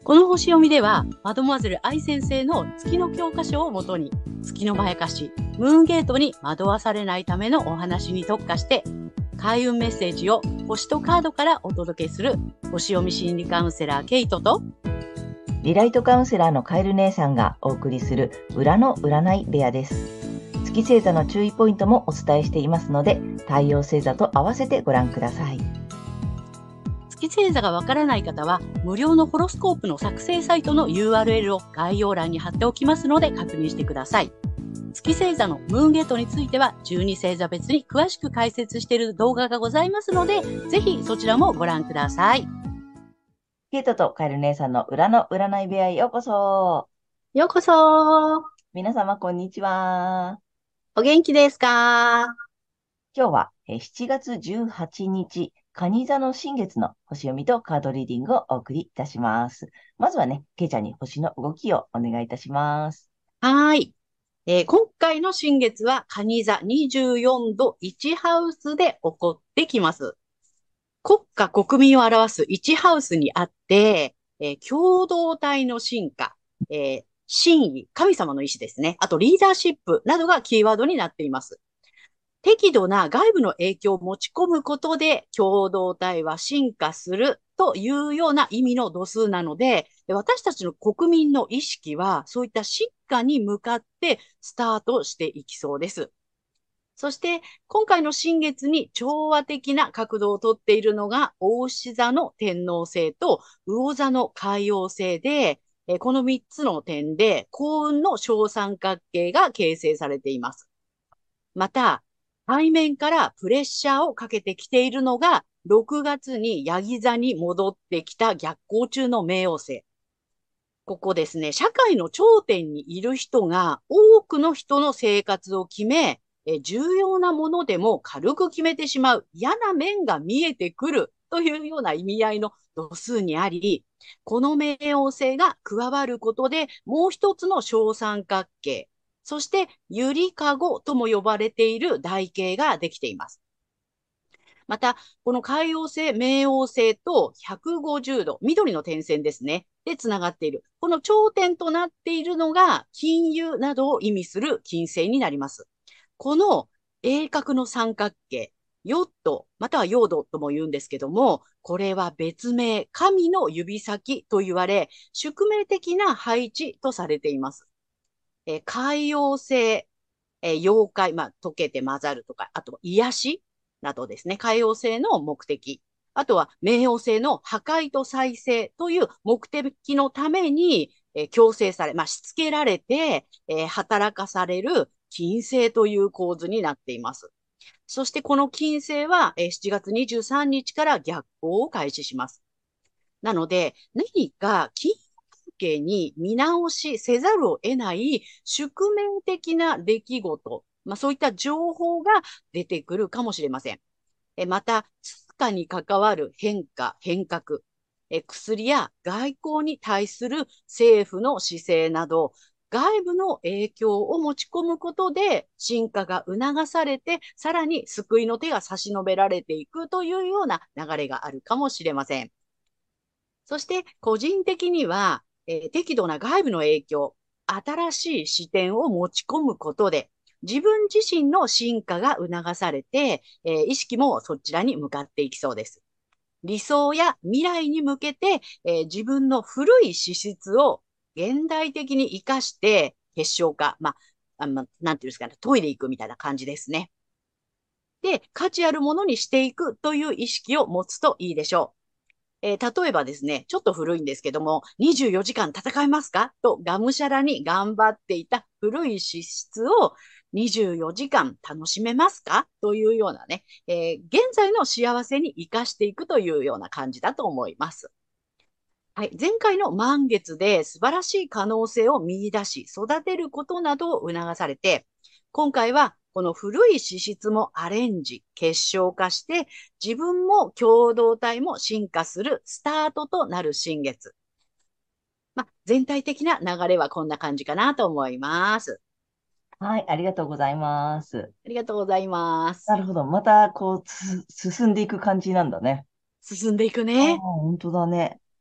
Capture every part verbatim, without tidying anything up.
この星読みでは、マドモアゼル愛先生の月の教科書をもとに、月のまやかし、ムーンゲートに惑わされないためのお話に特化して、開運メッセージを星とカードからお届けする星読み心理カウンセラーケイトと、 リライトカウンセラーのカエル姉さんがお送りする裏の占い部屋です。月星座の注意ポイントもお伝えしていますので、太陽星座と合わせてご覧ください。 月星座がわからない方は、無料のホロスコープの作成サイトの ユーアールエル を概要欄に貼っておきますので確認してください。月星座のムーンゲートについては、じゅうに星座別に詳しく解説している動画がございますので、ぜひそちらもご覧ください。 ケイトとカエル姉さんの裏の占い部屋へようこそ。 ようこそ。 皆様こんにちは。 お元気ですか？ 今日はえーしちがつじゅうはちにち、蟹座の新月の星読みとカードリーディングをお送りいたします。まずはね、ケイちゃんに星の動きをお願いいたします。 はい。えー今回の新月は、蟹座にじゅうよんどいちハウスで起こってきます。国家国民を表すいちハウスにあって、えー共同体の進化、えー真意、神様の意志ですね。あとリーダーシップなどがキーワードになっています。適度な外部の影響を持ち込むことで共同体は進化するというような意味の度数なので、私たちの国民の意識はそういった進化に向かってスタートしていきそうです。そして、今回の新月に調和的な角度をとっているのが、牡牛座の天王星と魚座の海王星で、このみっつの点で幸運の小三角形が形成されています。また、背面からプレッシャーをかけてきているのが、ろくがつにヤギ座に戻ってきた逆行中の冥王星。ここですね、社会の頂点にいる人が多くの人の生活を決め、え重要なものでも軽く決めてしまう嫌な面が見えてくるというような意味合いの度数にあり、この冥王星が加わることでもう一つの小三角形、そしてゆりかごとも呼ばれている台形ができています。また、この海王星、冥王星とひゃくごじゅうど、緑の点線ですね。で、つながっている。この頂点となっているのが、金融などを意味する金星になります。この鋭角の三角形、ヨット、またはヨードとも言うんですけども、これは別名、神の指先と言われ、宿命的な配置とされています。えー海王星、えー妖怪、まあ、溶けて混ざるとか、あと癒しなどですね、海王星の目的。あとは、冥王星の破壊と再生という目的のために、えー強制され、まあ、しつけられて、えー働かされる金星という構図になっています。そしてこの金星は、えーしちがつにじゅうさんにちから逆行を開始します。なので、何か金関係に見直しせざるを得ない宿命的な出来事、まあそういった情報が出てくるかもしれません。えまた、通貨に関わる変化、変革、え薬や外交に対する政府の姿勢など、外部の影響を持ち込むことで進化が促されて、さらに救いの手が差し伸べられていくというような流れがあるかもしれません。そして個人的には、えー適度な外部の影響、新しい視点を持ち込むことで、自分自身の進化が促されて、えー意識もそちらに向かっていきそうです。理想や未来に向けて、えー自分の古い資質を現代的に活かして結晶化、まあ、あまなんていうんですかね、研いでいくみたいな感じですね。で、価値あるものにしていくという意識を持つといいでしょう。えー例えばですね、ちょっと古いんですけども、にじゅうよじかん戦えますかとがむしゃらに頑張っていた古い資質をにじゅうよじかん楽しめますかというようなね、えー現在の幸せに生かしていくというような感じだと思います。はい。前回の満月で素晴らしい可能性を見出し、育てることなどを促されて、今回はこの古い資質もアレンジ、結晶化して、自分も共同体も進化するスタートとなる新月。まあ、全体的な流れはこんな感じかなと思います。 はい、ありがとうございます。 ありがとうございます。 なるほど。また、こう、つ進んでいく感じなんだね。 進んでいくああ、 ね。 本当だね。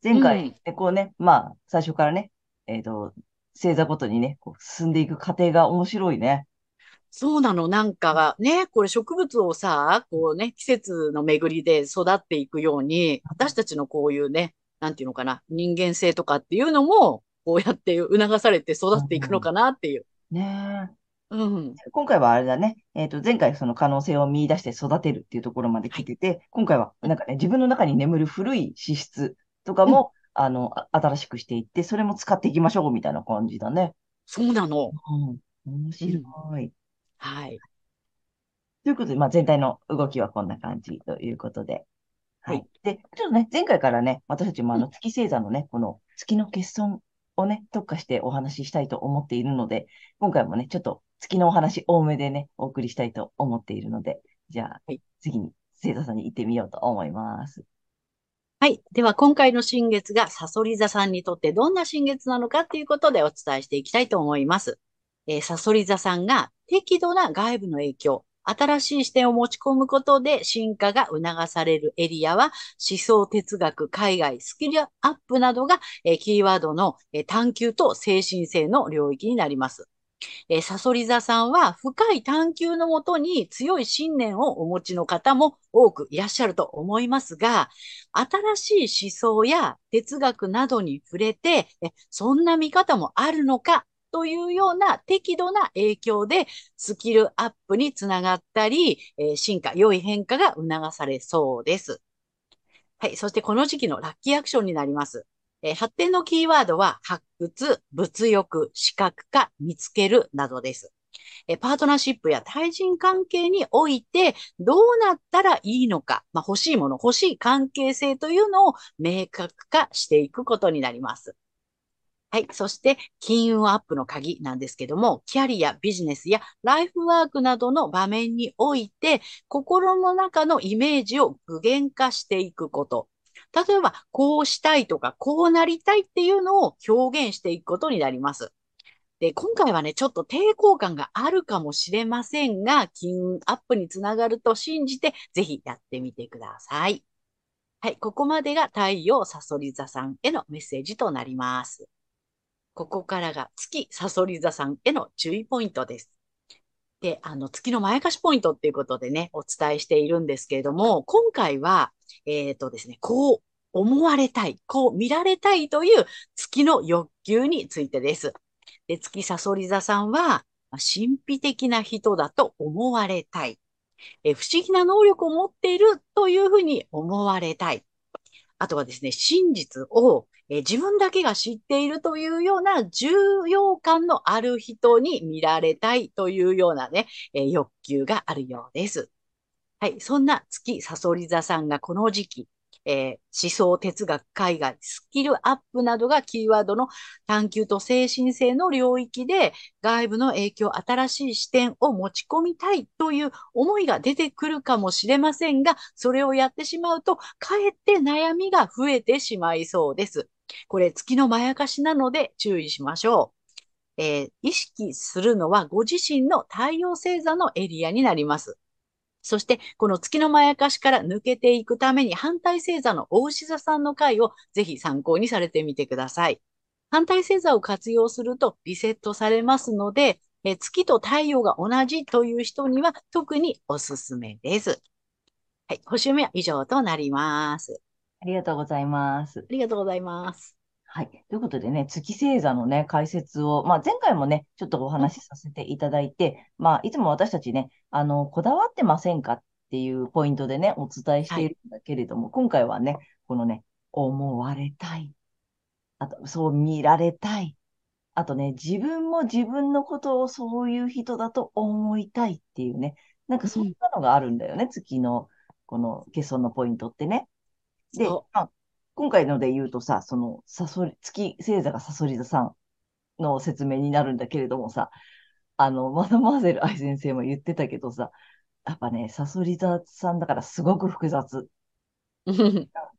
前回、 うん。 でこうね、まあ、最初からね、えっと、星座ごとにね、こう進んでいく過程が面白いね。 そうなの。なんかね、これ植物をさ、こうね、季節の巡りで育っていくように、私たちのこういうね、なんていうのかな、人間性とかっていうのも、こうやって促されて育っていくのうん、 かなっていう。 ねうん。 え。今回はあれだね、えっと、前回その可能性を見出して育てるっていうところまではい。 来てて、今回はうん。 なんかね、自分の中に眠る古い資質とかうん。 も、あの、あ新しくしていって、それも使っていきましょうみたいな感じだね。 そうなの。 うん。面白うん。 い。 はい。 ということで、まあ、全体の動きはこんな感じということで。 はい。 はい。で、ちょっとね、前回からね、私たちもあうん。 の月星座のね、この月の欠損をね、特化してお話ししたいと思っているので、今回もね、ちょっと月のお話多めでね、お送りしたいと思っているので、じゃあ、 はい。 次に星座さんに行ってみようと思います。 はい。では、今回の新月がサソリ座さんにとってどんな新月なのかということでお伝えしていきたいと思います。えーサソリ座さんが適度な外部の影響、新しい視点を持ち込むことで進化が促されるエリアは、思想哲学、海外、スキルアップなどが、えーキーワードの、えー探求と精神性の領域になります。えー、サソリ座さんは深い探求のもとに強い信念をお持ちの方も多くいらっしゃると思いますが、新しい思想や哲学などに触れて、えそんな見方もあるのかというような適度な影響でスキルアップにつながったり、えー進化、良い変化が促されそうです。はい。そしてこの時期のラッキーアクションになります。えー発展のキーワードは発掘、物欲、視覚化、見つけるなどです。えーパートナーシップや対人関係においてどうなったらいいのか、まあ、欲しいもの、欲しい関係性というのを明確化していくことになります。はい。そして、金運アップの鍵なんですけども、キャリア、ビジネスやライフワークなどの場面において、心の中のイメージを具現化していくこと。例えば、こうしたいとか、こうなりたいっていうのを表現していくことになります。で、今回はね、ちょっと抵抗感があるかもしれませんが、金運アップにつながると信じて、ぜひやってみてください。はい。ここまでが太陽サソリ座さんへのメッセージとなります。ここからが月さそり座さんへの注意ポイントです。で、あの、月のまやかしポイントっていうことでね、お伝えしているんですけれども、今回は、えっとですね、こう思われたい、こう見られたいという月の欲求についてです。で、月さそり座さんは、まあ神秘的な人だと思われたい。え、不思議な能力を持っているというふうに思われたい。あとはですね、真実を、えー自分だけが知っているというような重要感のある人に見られたいというようなね、えー欲求があるようです。はい。そんな月さそり座さんがこの時期、えー思想、哲学、海外、スキルアップなどがキーワードの探求と精神性の領域で外部の影響、新しい視点を持ち込みたいという思いが出てくるかもしれませんが、それをやってしまうと、かえって悩みが増えてしまいそうです。これ月のまやかしなので注意しましょう。えー意識するのはご自身の太陽星座のエリアになります。そして、この月のまやかしから抜けていくために、反対星座の大牛座さんの回をぜひ参考にされてみてください。反対星座を活用するとリセットされますので、え月と太陽が同じという人には特におすすめです。はい。星読みは以上となります。 ありがとうございます。 ありがとうございます。 はい。ということでね、月星座のね、解説を、まあ、前回もね、ちょっとおうん、 話しさせていただいて、まあ、いつも私たちね、あの、こだわってませんかっていうポイントでね、お伝えしはい。 ているんだけれども、今回はね、このね、思われたい。あと、そう見られたい。あとね、自分も自分のことをそういう人だと思いたいっていうね、なんかそんうん、 なのがあるんだよね、月の、この欠損のポイントってね。で、 そまあ、今回ので言うとさ、その、さそり、月星座がさそり座さんの説明になるんだけれどもさ、あの、マドマーゼル愛先生も言ってたけどさ、やっぱね、さそり座さんだからすごく複雑う。うん、 って、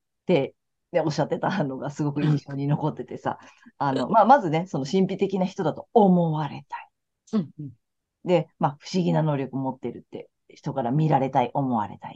ね、おっしゃってたのがすごく印象に残っててさ、あの、まあ、まずね、その神秘的な人だと思われたい。 うん、うん。 で、まあ、不思議な能力持ってるって、人から見られたい、思われたいっ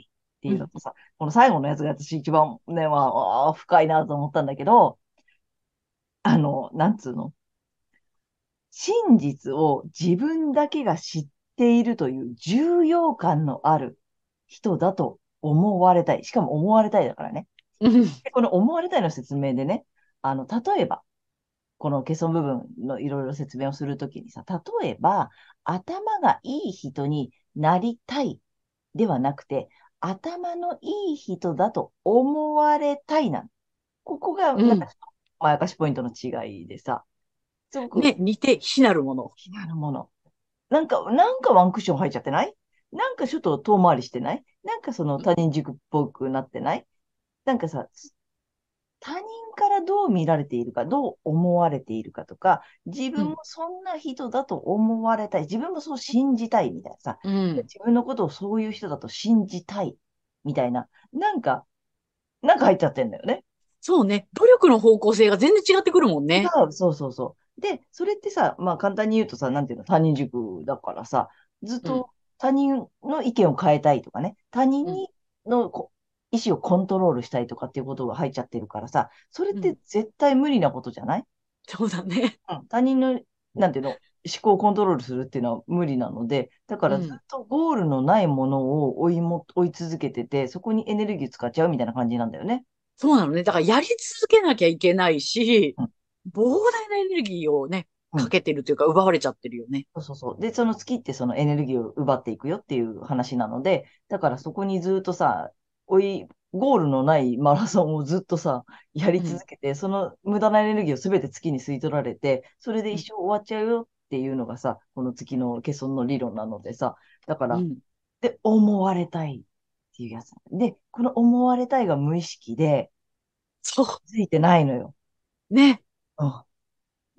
ってうん、 いうのとさ、この最後のやつが私一番ね、まあ、あー深いなと思ったんだけど、あの、なんつうの、真実を自分だけが知っているという重要感のある人だと思われたい。しかも思われたいだからね。 うん、 でこの思われたいの説明でね、あの、例えば、この欠損部分のいろいろ説明をするときにさ、例えば、頭がいい人になりたいではなくて、頭のいい人だと思われたいな。ここが、なんか、 うん。 まやかしポイントの違いでさ、すごくね、似て非なるもの。 気になるもの。なんか、なんかワンクッション入っちゃってない？なんかちょっと遠回りしてない？なんかその他人軸っぽくなってない？なんかさ、他人からどう見られているか、どう思われているかとか、自分もうん、 そんな人だと思われたい、自分もそう信じたいみたいなさ、 うん。 自分のことをそういう人だと信じたいみたいな、なんか、なんか入っちゃってんだよね。 そうね。努力の方向性が全然違ってくるもん違ね。 う、そうそうそう。で、それってさ、まあ簡単に言うとさ、なんていうの、他人軸だからさ、ずっうん、 と他人の意見を変えたいとかね、他人うん、 にのこ意思をコントロールしたいとかっていうことが入っちゃってるからさ、それってうん。 絶対無理なことじゃない？ そうだね。 うん、他人の、なんていうの、思考をコントロールするっていうのは無理なので、だからずっうん。 とゴールのないものを追いも、追い続けてて、そこにエネルギー使っちゃうみたいな感じなんだよね。 そうなのね。だからやり続けなきゃいけないし、 うん、 膨大なエネルギーをね、 うん、 かけてるというか奪われちゃってるよね。 そうそうそう。で、その月ってそのエネルギーを奪っていくよっていう話なので、だからそこにずっとさ、追い、ゴールのないマラソンをずっとさ、やりうん、 続けて、その無駄なエネルギーをすべて月に吸い取られて、それでうん、 一生終わっちゃうよっていうのがさ、この月の欠損の理論なのでさ、だから、 うん。 で、思われたいっていうやつ。で、この思われたいが無意識で、 そついてないのよ。 う。ね。 うん。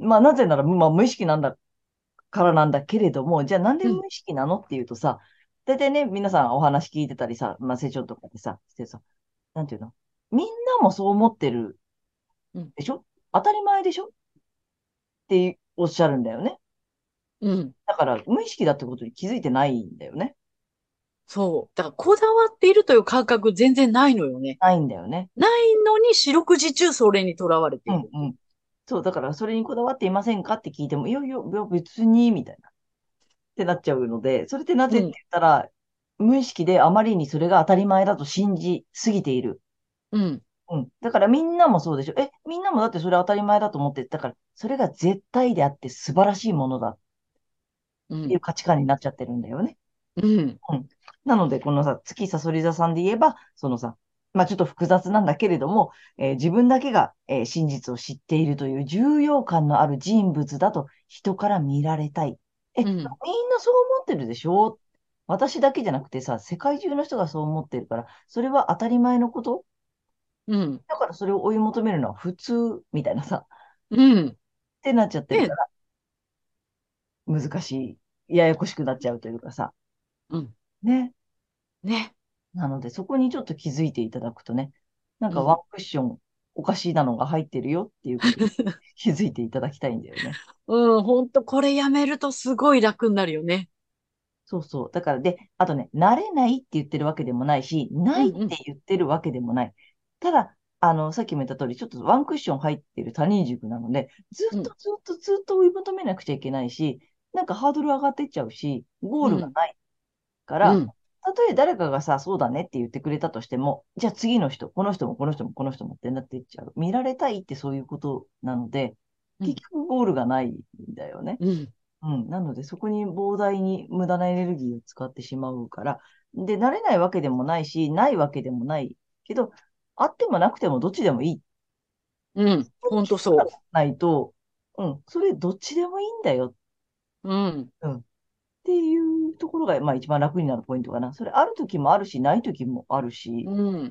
まあ、なぜなら、まあ、無意識なんだからなんだけれども、じゃあなんでうん、 無意識なのっていうとさ、大体ね、皆さんお話聞いてたりさ、まあ、成長とかでさ、してさ、なんていうの、みんなもそう思ってるうん、 でしょ？当たり前でしょっておっしゃるんだよね。 うん。 だから無意識だってことに気づいてないんだよね。 そう。だからこだわっているという感覚全然ないのよね。 ないんだよね。 ないのに四六時中それにとらわれている。 うんうん。そう、だからそれにこだわっていませんかって聞いても、いやいや、いや別に、みたいな。ってなっちゃうので、それってなぜってうん、 言ったら、無意識であまりにそれが当たり前だと信じすぎている。 うん、 うん。だからみんなもそうでしょ。え、みんなもだってそれ当たり前だと思って、だからそれが絶対であって素晴らしいものだっていううん、 価値観になっちゃってるんだよね。 うん、 うん。なので、このさ、月さそり座さんで言えば、そのさ、まあちょっと複雑なんだけれども、えー自分だけが、えー真実を知っているという重要感のある人物だと人から見られたい。え、みんうん、 なそう思ってるでしょ？私だけじゃなくてさ、世界中の人がそう思ってるから、それは当たり前のことうん、 だからそれを追い求めるのは普通みたいなさ、 うん。 ってなっちゃってるかね、 ら、難しい、ややこしくなっちゃうというかさ、 うん、 ね。 ね、 なので、そこにちょっと気づいていただくとね、なんかワンうん。 クッションおかしいなのが入ってるよっていうことに気づいていただきたいんだよね。 うん、ほんとこれやめるとすごい楽になるよね。 そうそう。だから、で、あとね、慣れないって言ってるわけでもないし、ないっうん、うん、 て言ってるわけでもない。ただ、あの、さっきも言った通り、ちょっとワンクッション入ってる他人軸なので、ずうん、 っとずっとずっと追い求めなくちゃいけないし、なんかハードル上がってっちゃうし、ゴーうん、 ルがないから、 うん、 たとえ誰かがさ、そうだねって言ってくれたとしても、じゃあ次の人、この人もこの人もこの人もってなっていっちゃう。見られたいってそういうことなので、 うん、 結局ゴールがないんだよね。 うん、 うん。なので、そこに膨大に無駄なエネルギーを使ってしまうから、で、慣れないわけでもないし、ないわけでもないけど、あってもなくてもどっちでもいい。 うん、 このほんと気づかそないと、うん、それどっちでもいいんだよ。 う。うん、 うん。っていうところが、まあ一番楽になるポイントかな。それある時もあるし、ない時もあるし、 うん、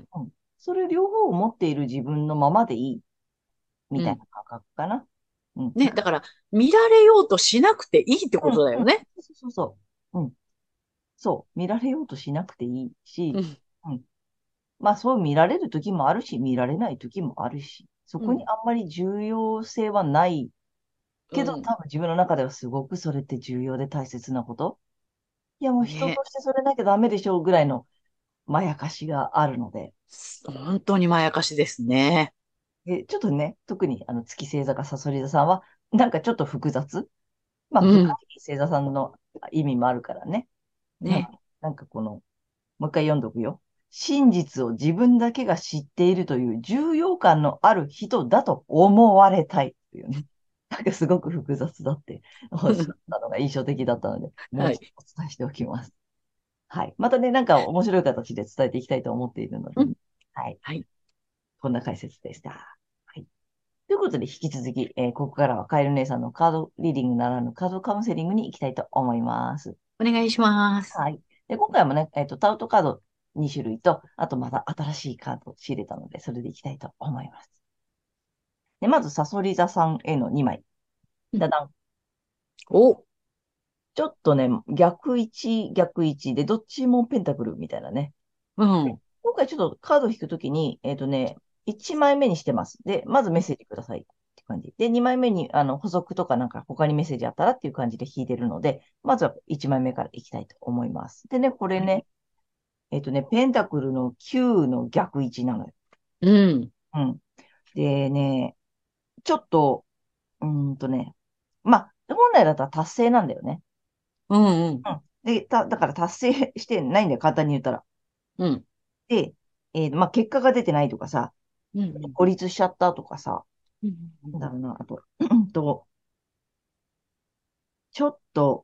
うん。それ両方を持っている自分のままでいい、みうん。 たいな感覚かな。うん。 ね、だから、見られようとしなくていいってこうん、うん。 とだよね。 そうそうそう。うん。そう。見られようとしなくていいし、 うん、 うん。まあそう見られる時もあるし、見られない時もあるし、そうん、 こにあんまり重要性はないけど、 うん。 多分自分の中ではすごくそれって重要で大切なこと。いやもう人ね。 としてそれなきゃダメでしょうぐらいのまやかしがあるので、 本当にまやかしですね。 で、ちょっとね、特にあの月星座かさそり座さんは、なんかちょっと複雑。まあ、 う深ん。 い星座さんの意味もあるからね。なんね。 か、なんかこの、もう一回読んどくよ。真実を自分だけが知っているという重要感のある人だと思われたいというね。なんかすごく複雑だっておっしゃったのが印象的だったので、もう一度はい。 お伝えしておきます。はい。またね、なんか面白い形で伝えていきたいと思っているので、 うん。 ね、はい。 はい。 こんな解説でした。はい。ということで、引き続き、えーここからはカエル姉さんのカードリーディングならぬカードカウンセリングに行きたいと思います。 お願いします。 はい。で、今回もね、えっと、タロットカードに種類と、あとまた新しいカードを仕入れたので、それでいきたいと思います。で、まず、サソリ座さんへのにまい。 うん。 だだん。 お。 ちょっとね、逆位置、逆位置で、どっちもペンタクルみたいなね。 うん。 今回ちょっとカードを引くときに、えっとね、いちまいめにしてます。で、まずメッセージくださいって感じ。で、にまいめに、あの、補足とかなんか他にメッセージあったらっていう感じで引いてるので、まずはいちまいめからいきたいと思います。でね、これはい。 ね、えっとね、ペンタクルのきゅうの逆位置なのよ。 うん。 うん。でね、ちょっと、うーんとね、まあ、本来だったら達成なんだよね。 うん。うん。 うん。で、た、だから達成してないんだよ、簡単に言ったら。 うん。 で、えーまあ、結果が出てないとかさ、 うん。 孤立しちゃったとかさ、 うん。 なんだろうな、あと、うんと、ちょっと、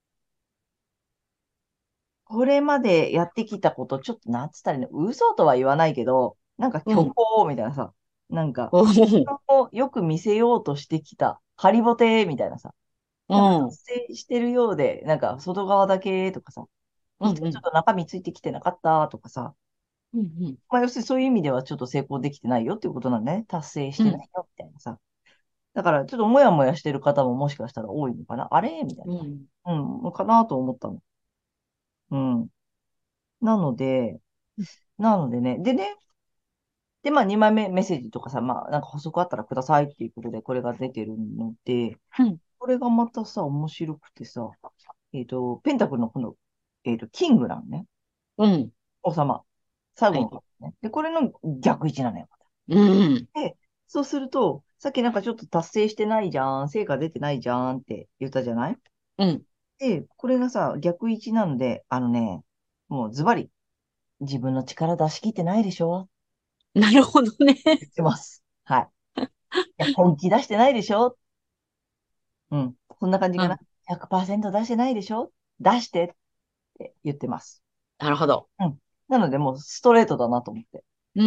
これまでやってきたこと、ちょっと、なんつったらいいの、嘘とは言わないけど、なんか虚うん。 構みたいなさ、なんか、 お自ー。 分をよく見せようとしてきた、ハリボテみたいなさ、 うなんかん。 達成してるようで、なんか外側だけとかさ、 うん。うん。 実はちょっと中身ついてきてなかったとかさ、 うん。 まあ要するにそういう意味ではちょっと成功できてないよっていうことなんだね。達成しうん。 てないよみたいなさ。だからちょっともやもやしてる方ももしかしたら多いのかな。あれみたいうん。 な。うん、かなと思ったの。うん。なので、なのでね。でね、で、まあにまいめメッセージとかさ、まあなんか補足あったらくださいっていうことでこれが出てるので、 うん。 これがまたさ、面白くてさ、えっと、ペンタクルのこの、えっと、キングなのね。 うん。 王様。最はい。 後の方ね。で、これの逆位置なのよ。 うん。 で、そうすると、さっきなんかちょっと達成してないじゃん、成果出てないじゃんって言ったじゃない。 うん。 で、これがさ、逆位置なんで、あのね、もうズバリ、自分の力出し切ってないでしょなるほどね。 言ってます。はい。いや、本気出してないでしょ。うん。そんな感じかな。 うん。 ひゃくパーセント出してないでしょ。出してって言ってます。 なるほど。 うん。なので、もうストレートだなと思って。 うん。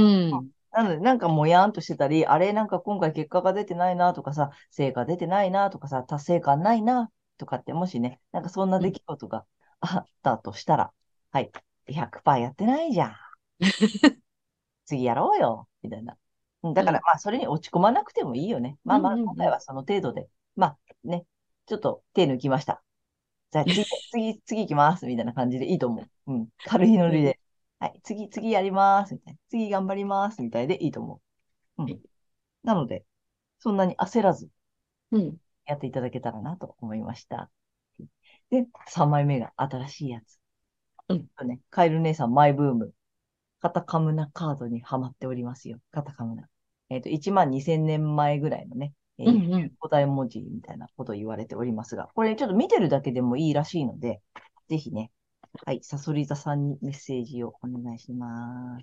なので、なんかもやーんとしてたり、あれ、なんか今回結果が出てないなとかさ、成果出てないなとかさ、達成感ないなとかって、もしね、なんかそんなうん。 出来事があったとしたら、はい、ひゃくパーセントやってないじゃん。次やろうよ、みたいな。うんだから、 うん。 まあ、それに落ち込まなくてもいいよね。まうん。 あまあ、 うん。うん。 今回はその程度で、まあね、ちょっと手抜きました。じゃあ次、次、次行きます、みたいな感じでいいと思う。うん。軽いノリで。はい、次、次やります、みたいな。次頑張ります、みたいでいいと思う。うん。なので、そんなに焦らずうん。 やっていただけたらなと思いました。で、さんまいめが新しいやつ。 うん。 ね、カエル姉さんマイブーム。カタカムナカードにハマっておりますよ。カタカムナ。えっと、いちまんにせんねんまえぐらいのね、えー、 うん。うん。 古代文字みたいなことを言われておりますが、これちょっと見てるだけでもいいらしいので、ぜひね、はい、サソリ座さんにメッセージをお願いします。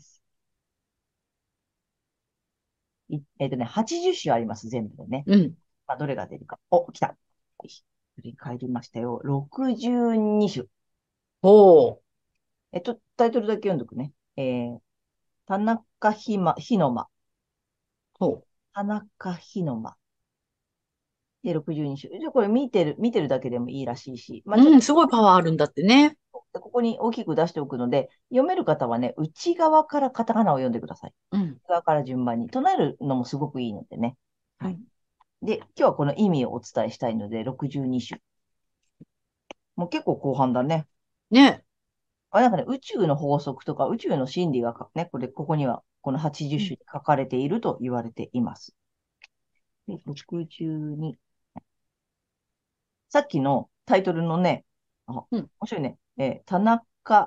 いえっとね、はちじゅっ種あります、全部でね。 うん。 まあ、どれが出るか。お、来た。よし振り返りましたよ。ろくじゅうに種。 おー。 えっと、タイトルだけ読んどくね。えー、田中ひま、ひのま。 ほ田中ひのま。で、ろくじゅうに種。じゃあこれ見てる、見てるだけでもいいらしいし。まあ、 う。 ちょっと、 うん。すごいパワーあるんだってね。 ここに大きく出しておくので、読める方はね、内側からカタカナを読んでください。 うん。 内側から順番に。唱えるのもすごくいいのでね。はい。 うん。 で、今日はこの意味をお伝えしたいので、ろくじゅうに種。もう結構後半だね。 ね。 あ、なんかね、宇宙の法則とか宇宙の真理がかね、これ、ここには、このはちじゅっうん。 種に書かれていると言われています。で、ろくじゅうに。さっきのタイトルのね、あ、面うん。 白いね。えー田中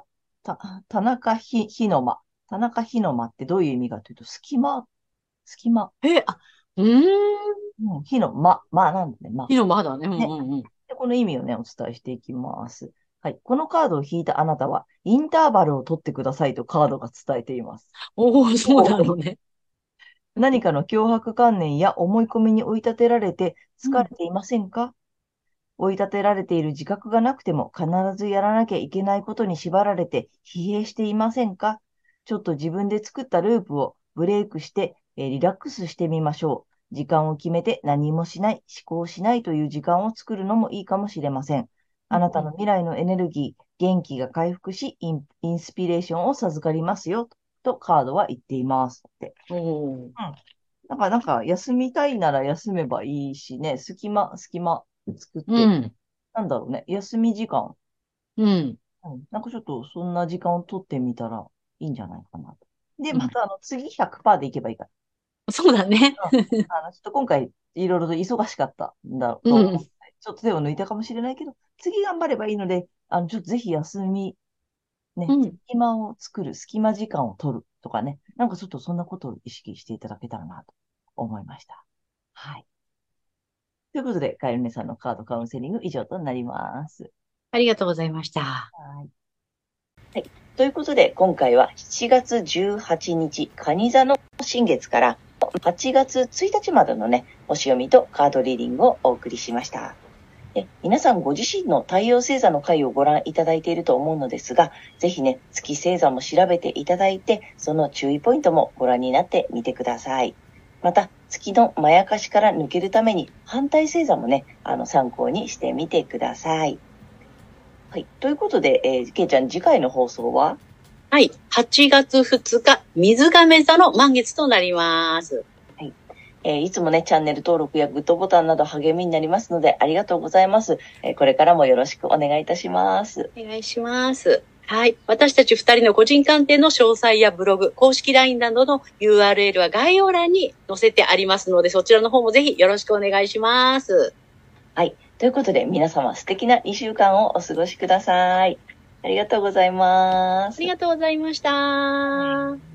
た、田中ひ、ひのま。田中ひのまってどういう意味かというと、隙間、隙間。 え、あ、うーん。 うん、ひのま、まなんだね、ま。 火のまだね。うんね。 うんうん。 で、この意味をね、お伝えしていきます。はい。このカードを引いたあなたは、インターバルを取ってくださいとカードが伝えています。 おお、そうなのね。 何かの脅迫観念や思い込みに追い立てられてうん。 疲れていませんか？追い立てられている自覚がなくても必ずやらなきゃいけないことに縛られて疲弊していませんか？ちょっと自分で作ったループをブレイクして、えーリラックスしてみましょう。時間を決めて何もしない、思考しないという時間を作るのもいいかもしれません。あなたのうんうん。 未来のエネルギー、元気が回復し、イン、インスピレーションを授かりますよ、とカードは言っていますって。 おお。 うん。なんか、なんか、休みたいなら休めばいいしね、隙間、隙間作って、 うん。 なんだろうね、休み時間、 うん。 うん、なんかちょっとそんな時間を取ってみたらいいんじゃないかなと。で、 うん。 またあの、次ひゃくパーセントでいけばいいかそうだね。 ら。うん。あの、ちょっと今回、いろいろと忙しかったんだうと思ん。 って、ちょっと手を抜いたかもしれないけど、次頑張ればいいので、あの、ちょっとぜひ休み、ね、 うん。 隙間を作る、隙間時間を取るとかね、なんかちょっとそんなことを意識していただけたらなと思いました。はい。ということで、カエルネさんのカードカウンセリング以上となります。 ありがとうございました。 はい。はい。ということで、今回はしちがつじゅうはちにち、蟹座の新月からはちがつついたちまでのね、星読みとカードリーディングをお送りしました。で皆さんご自身の太陽星座の回をご覧いただいていると思うのですが、ぜひね、月星座も調べていただいて、その注意ポイントもご覧になってみてください。また、月のまやかしから抜けるために、反対星座もね、あの、参考にしてみてください。はい。ということで、えー、けいちゃん、次回の放送ははい。はちがつふつか、水亀座の満月となります。 はい。えーいつもね、チャンネル登録やグッドボタンなど励みになりますので、ありがとうございます。えーこれからもよろしくお願いいたします。 お願いします。はい。私たち二人の個人鑑定の詳細やブログ、公式 ライン などの ユーアールエル は概要欄に載せてありますので、そちらの方もぜひよろしくお願いします。 はい。ということで、皆様素敵なにしゅうかんをお過ごしください。ありがとうございます。 ありがとうございました。